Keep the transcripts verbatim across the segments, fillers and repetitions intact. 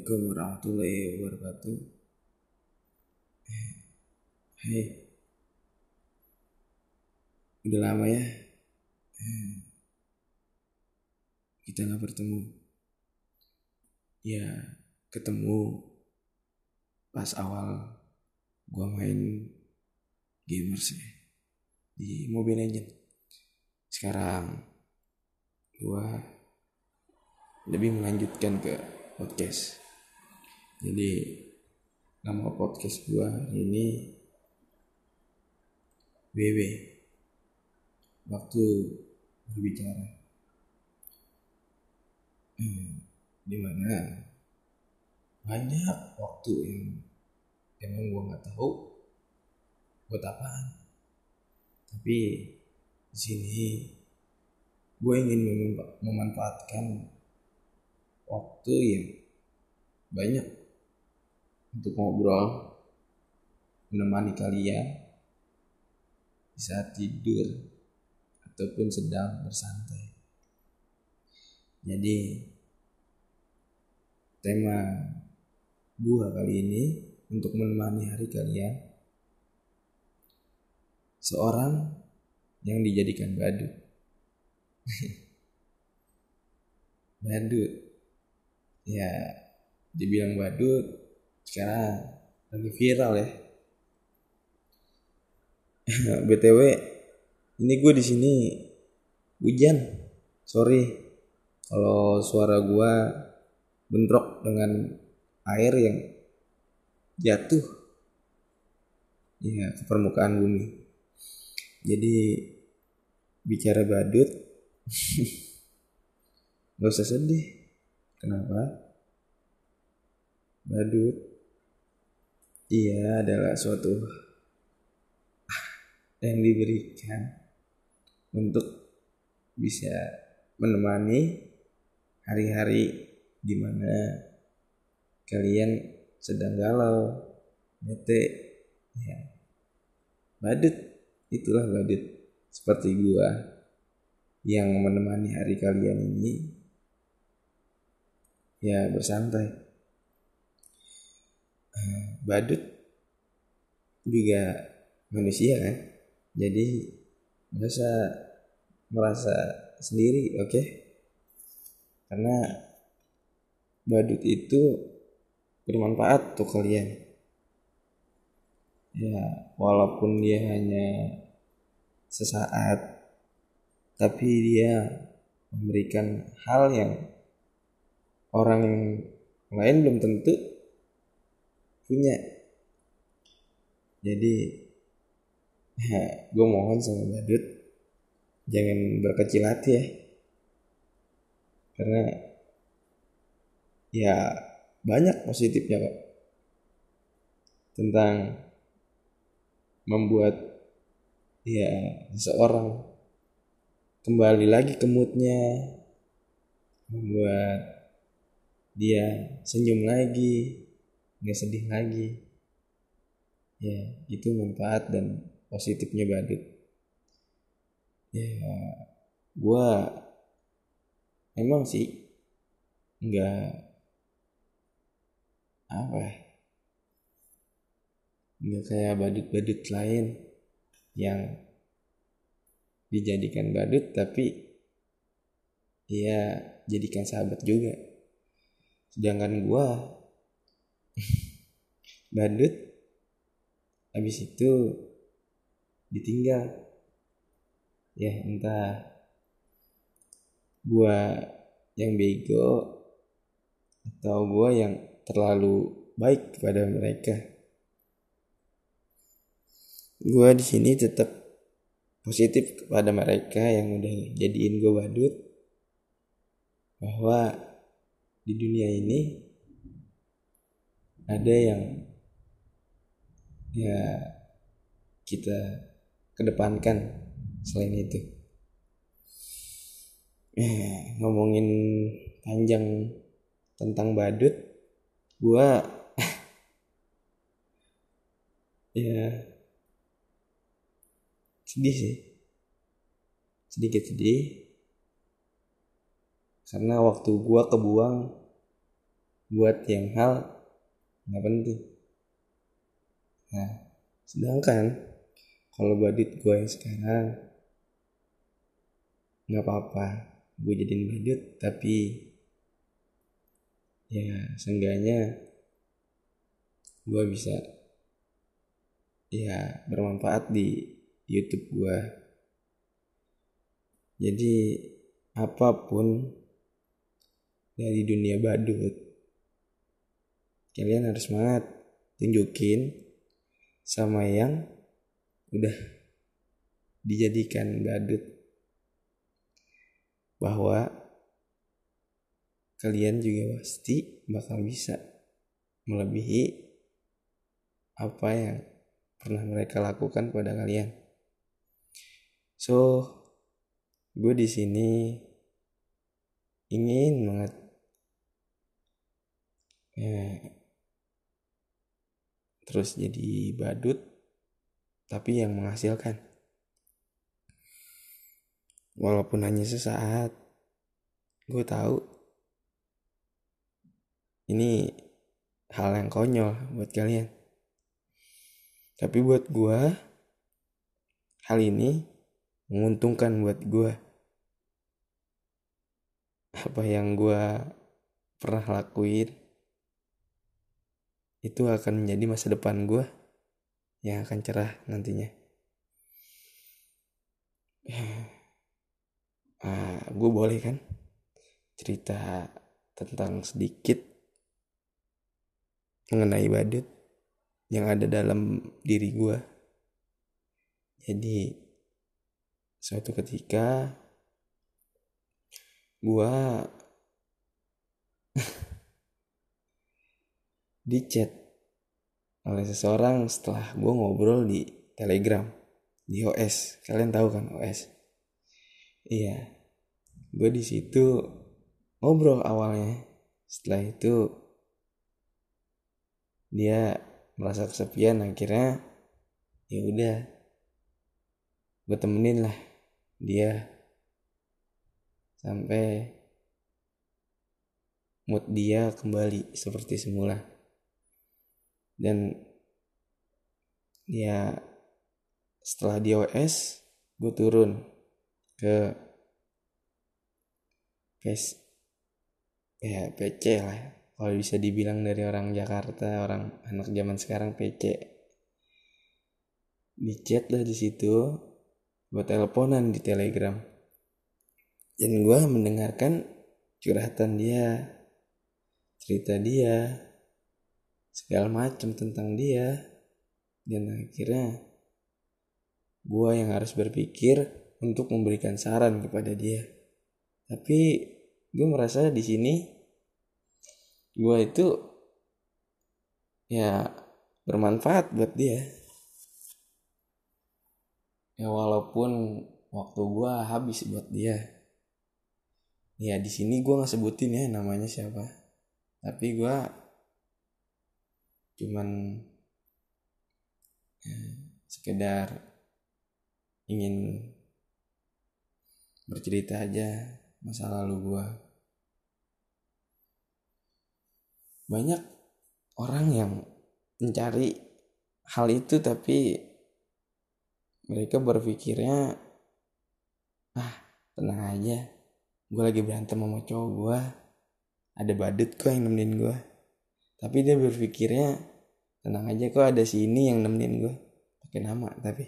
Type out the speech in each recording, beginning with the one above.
Assalamualaikum warahmatullahi wabarakatuh. Hai, udah lama ya kita nggak bertemu. Ya, ketemu pas awal gua main gamers ya di Mobile Legends. Sekarang gua lebih melanjutkan ke podcast. Jadi nama podcast gua ini W W, waktu berbicara. Hmm, dimana banyak waktu yang emang gua nggak tahu buat apaan. Tapi di sini gue ingin memanfaatkan waktu yang banyak untuk ngobrol, menemani kalian di saat tidur ataupun sedang bersantai. Jadi tema gua kali ini untuk menemani hari kalian, seorang yang dijadikan badut. Badut, ya dibilang badut sekarang lagi viral ya. B T W ini gue di sini hujan, sorry kalau suara gue bentrok dengan air yang jatuh ya ke permukaan bumi. Jadi bicara badut gak usah sedih. Kenapa? Badut ia adalah suatu yang diberikan untuk bisa menemani hari-hari di mana kalian sedang galau, bete, ya. Badut, itulah badut seperti gua yang menemani hari kalian ini ya bersantai. Badut juga manusia kan, jadi gak usah merasa sendiri, oke? Okay? Karena badut itu bermanfaat untuk kalian. Ya, walaupun dia hanya sesaat, tapi dia memberikan hal yang orang lain belum tentu punya. Jadi ya, gue mohon sama badut jangan berkecil hati ya, karena ya banyak positifnya kok tentang membuat ya seseorang kembali lagi ke moodnya, membuat dia senyum lagi, nggak sedih lagi. Ya itu manfaat dan positifnya badut. Ya gua emang sih nggak apa ya, nggak kayak badut-badut lain yang dijadikan badut tapi ya jadikan sahabat juga. Sedangkan gua badut habis itu ditinggal. Ya entah gua yang bego atau gua yang terlalu baik kepada mereka. Gua di sini tetap positif kepada mereka yang udah jadiin gua badut, bahwa di dunia ini ada yang ya kita kedepankan selain itu. Eh, ngomongin panjang tentang badut, gua ya sedih sih, sedikit sedih karena waktu gua kebuang buat yang hal nggak penting. Nah, sedangkan kalau badut gue yang sekarang nggak apa-apa gue jadiin badut, tapi ya seenggaknya gue bisa ya bermanfaat di YouTube gue. Jadi apapun dari dunia badut, kalian harus semangat, tunjukin sama yang udah dijadikan badut bahwa kalian juga pasti bakal bisa melebihi apa yang pernah mereka lakukan pada kalian. So, gue di sini ingin banget ya, terus jadi badut tapi yang menghasilkan, walaupun hanya sesaat. Gue tahu ini hal yang konyol buat kalian, tapi buat gue hal ini menguntungkan buat gue. Apa yang gue pernah lakuin itu akan menjadi masa depan gue yang akan cerah nantinya. Ah, gue boleh kan cerita tentang sedikit mengenai badut yang ada dalam diri gue. Jadi suatu ketika gue di chat oleh seseorang setelah gue ngobrol di Telegram, di O S. Kalian tahu kan O S? Iya, gue di situ ngobrol awalnya. Setelah itu dia merasa kesepian, akhirnya ya udah gue temenin lah dia sampai mood dia kembali seperti semula. Dan ya setelah di O S gue turun ke P C, ya P C lah kalau bisa dibilang, dari orang Jakarta, orang anak zaman sekarang P C. Di chat lah di situ, gue teleponan di Telegram, dan gue mendengarkan curhatan dia, cerita dia, segala macam tentang dia. Dan akhirnya gue yang harus berpikir untuk memberikan saran kepada dia. Tapi gue merasa di sini gue itu ya bermanfaat buat dia. Ya walaupun waktu gue habis buat dia. Ya di sini gue nggak sebutin ya namanya siapa. Tapi gue cuman ya, sekedar ingin bercerita aja masa lalu gue. Banyak orang yang mencari hal itu, tapi mereka berpikirnya, ah tenang aja, gue lagi berantem sama cowok gue, ada badut kok yang nemenin gue. Tapi dia berpikirnya, tenang aja kok ada si ini yang nemenin gue, pakai nama. Tapi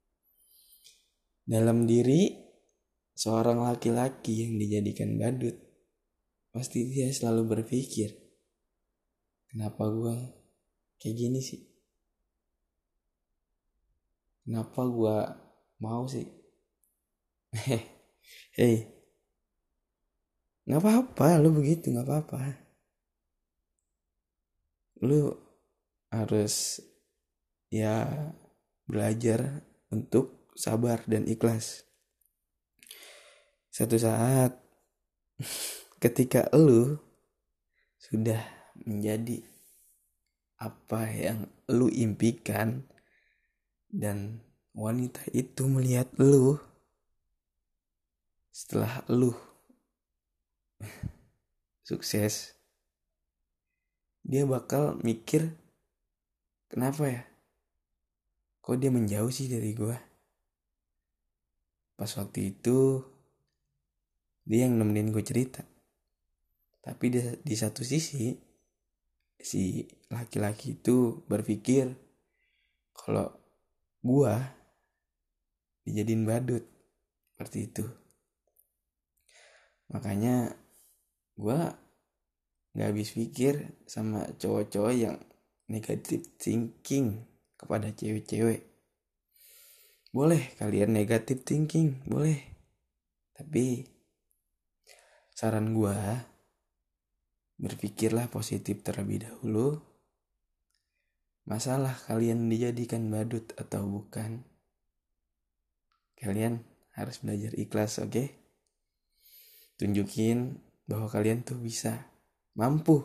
dalam diri seorang laki-laki yang dijadikan badut, pasti dia selalu berpikir, kenapa gue kayak gini sih? Kenapa gue mau sih? Hei, gak apa-apa lu begitu, gak apa-apa. Lu harus ya belajar untuk sabar dan ikhlas. Satu saat ketika lu sudah menjadi apa yang lu impikan, dan wanita itu melihat lu setelah lu sukses, dia bakal mikir, kenapa ya kok dia menjauh sih dari gue. Pas waktu itu dia yang nemenin gue cerita, tapi di, di satu sisi si laki-laki itu berpikir kalau gue dijadiin badut seperti itu. Makanya gue gak habis pikir sama cowok-cowok yang negative thinking kepada cewek-cewek. Boleh kalian negative thinking, boleh. Tapi saran gue, berpikirlah positif terlebih dahulu. Masalah kalian dijadikan badut atau bukan, kalian harus belajar ikhlas, oke? Okay? Tunjukin bahwa kalian tuh bisa, mampu.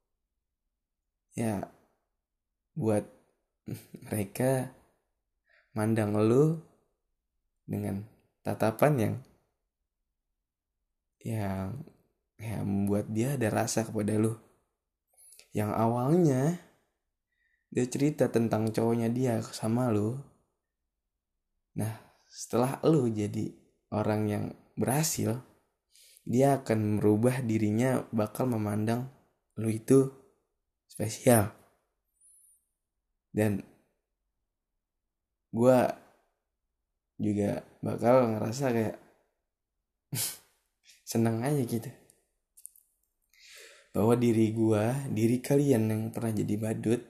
Ya, buat mereka mandang lu dengan tatapan yang yang ya membuat dia ada rasa kepada lu. Yang awalnya dia cerita tentang cowoknya dia sama lu. Nah, setelah lu jadi orang yang berhasil, dia akan merubah dirinya, bakal memandang lu itu spesial. Dan gue juga bakal ngerasa kayak seneng aja gitu, bahwa diri gue, diri kalian yang pernah jadi badut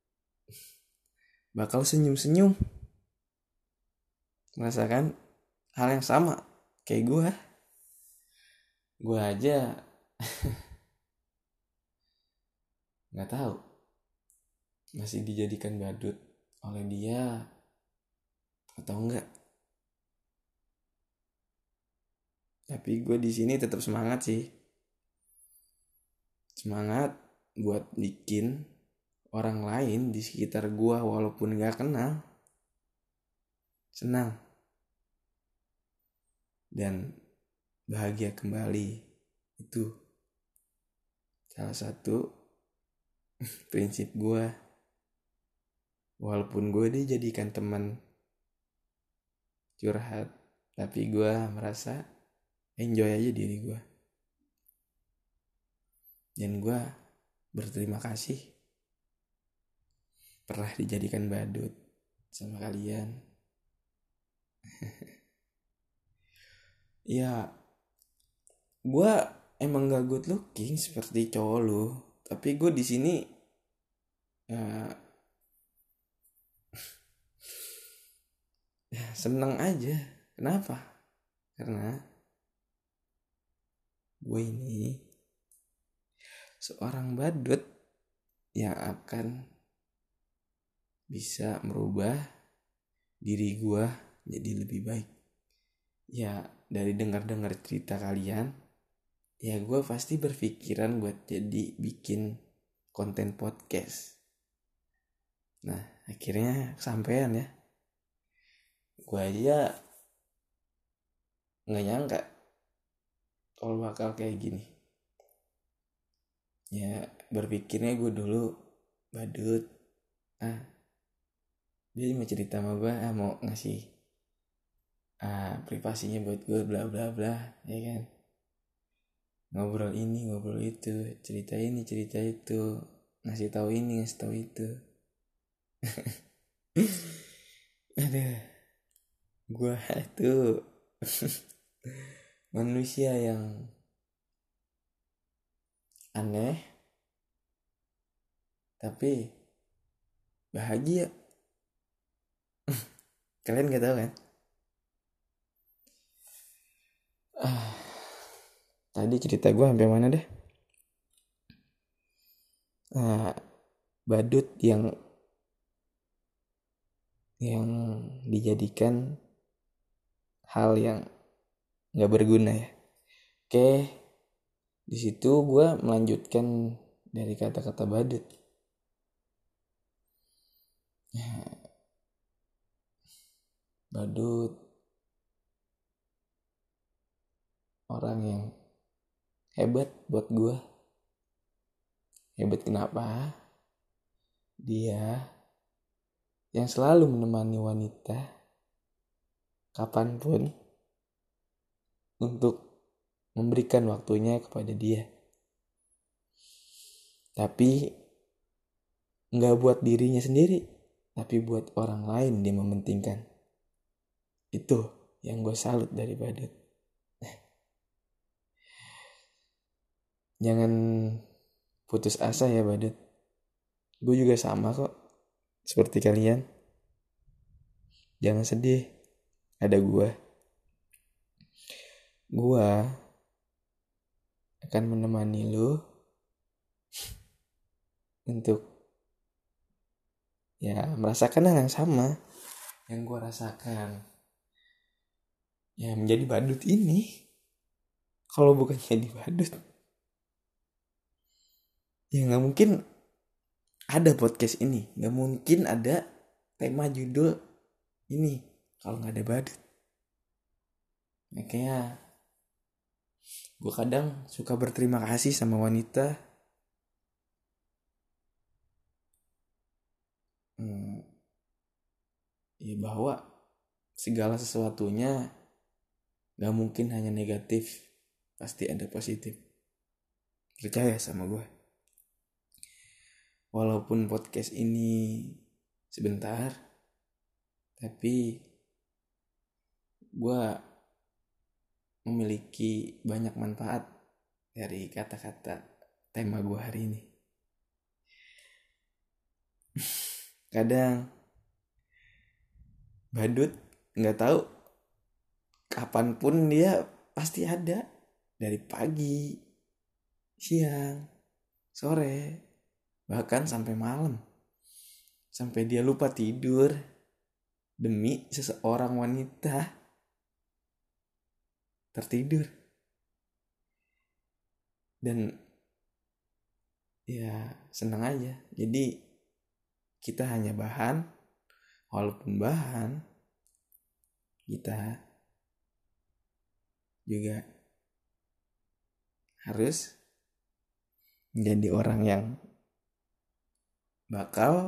bakal senyum-senyum merasakan hal yang sama kayak gue. Gue aja nggak tahu masih dijadikan badut oleh dia atau enggak. Tapi gue di sini tetap semangat sih, semangat buat bikin orang lain di sekitar gue walaupun nggak kenal senang dan bahagia kembali. Itu salah satu prinsip gue. Walaupun gue dijadikan teman curhat, tapi gue merasa enjoy aja diri gue. Dan gue berterima kasih pernah dijadikan badut sama kalian. Ya, gue emang gak good looking seperti cowok lu, tapi gue di sini ya, ya seneng aja. Kenapa? Karena gue ini seorang badut yang akan bisa merubah diri gue jadi lebih baik. Ya, dari dengar-dengar cerita kalian, ya gue pasti berpikiran buat jadi bikin konten podcast. Nah, akhirnya kesampean ya. Gue aja gak nyangka kalau bakal kayak gini. Ya, berpikirnya gue dulu badut. Ah, dia mau cerita sama gue, ah mau ngasih ah privasinya buat gue, bla bla bla, ya kan? Ngobrol ini, ngobrol itu, cerita ini, cerita itu, ngasih tahu ini, ngasih tahu itu. Aduh, gue tuh manusia yang aneh, tapi bahagia. Kalian gak tahu kan? Ah, tadi cerita gue sampai mana deh? Ah, badut yang yang dijadikan hal yang nggak berguna ya. Oke, di situ gue melanjutkan dari kata-kata badut. Ya, badut orang yang hebat buat gue. Hebat kenapa? Dia yang selalu menemani wanita kapanpun untuk memberikan waktunya kepada dia. Tapi gak buat dirinya sendiri, tapi buat orang lain dia mementingkan. Itu yang gue salut dari Badut. Jangan putus asa ya Badut. Gue juga sama kok, seperti kalian. Jangan sedih, ada gue. Gue akan menemani lu untuk ya merasakan hal yang sama yang gue rasakan. Ya menjadi badut ini, kalau bukan jadi badut, ya gak mungkin ada podcast ini, gak mungkin ada tema judul ini kalau gak ada badut. Makanya gue kadang suka berterima kasih sama wanita. Hmm, ya bahwa segala sesuatunya gak mungkin hanya negatif, pasti ada positif. Percaya sama gue. Walaupun podcast ini sebentar, tapi gue memiliki banyak manfaat dari kata-kata tema gue hari ini. Kadang badut gak tahu kapanpun dia pasti ada, dari pagi, siang, sore, bahkan sampai malam, sampai dia lupa tidur demi seseorang wanita tertidur. Dan ya senang aja. Jadi kita hanya bahan, walaupun bahan, kita juga harus menjadi orang yang bakal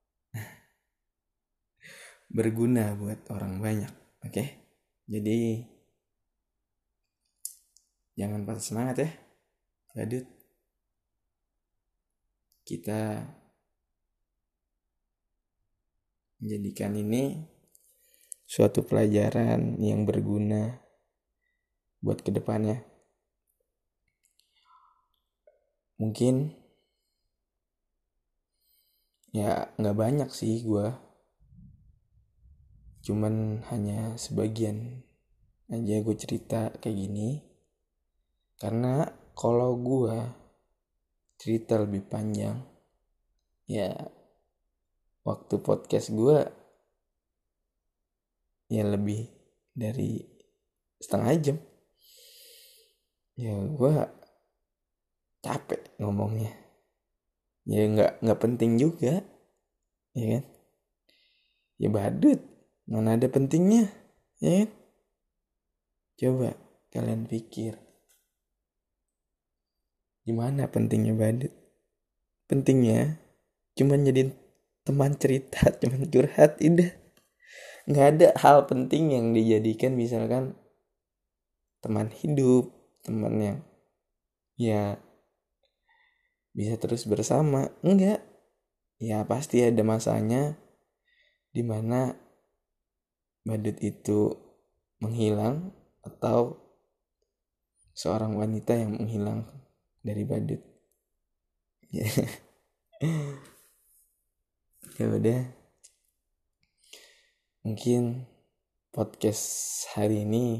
berguna buat orang banyak. Oke, okay? Jadi jangan patah semangat ya, badut. Kita menjadikan ini suatu pelajaran yang berguna buat kedepannya. Mungkin ya gak banyak sih gue, cuman hanya sebagian aja gue cerita kayak gini. Karena kalau gue cerita lebih panjang, ya waktu podcast gue ya lebih dari setengah jam. Ya gue capek ngomongnya. Ya nggak nggak penting juga, ya kan? Ya badut, mana ada pentingnya, ya kan? Coba kalian pikir, gimana pentingnya badut? Pentingnya cuma jadi teman cerita, cuma curhat, udah. Nggak ada hal penting yang dijadikan misalkan teman hidup, teman yang ya bisa terus bersama. Enggak. Ya pasti ada masanya dimana badut itu menghilang atau seorang wanita yang menghilang dari badut. Ya udah, mungkin podcast hari ini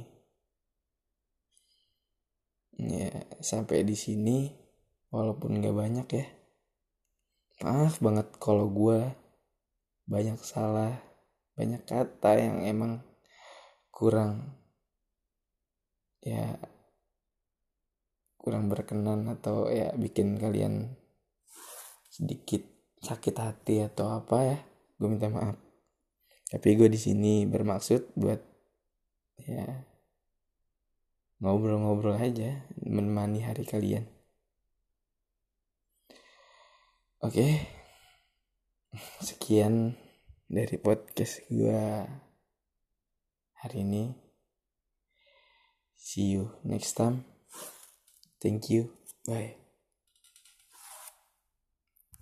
ya sampai di sini, walaupun nggak banyak ya. Maaf banget kalau gue banyak salah, banyak kata yang emang kurang ya kurang berkenan atau ya bikin kalian sedikit sakit hati atau apa ya, gue minta maaf. Tapi gue di sini bermaksud buat ya ngobrol-ngobrol aja, menemani hari kalian. Oke, sekian dari podcast gue hari ini. See you next time. Thank you. Bye.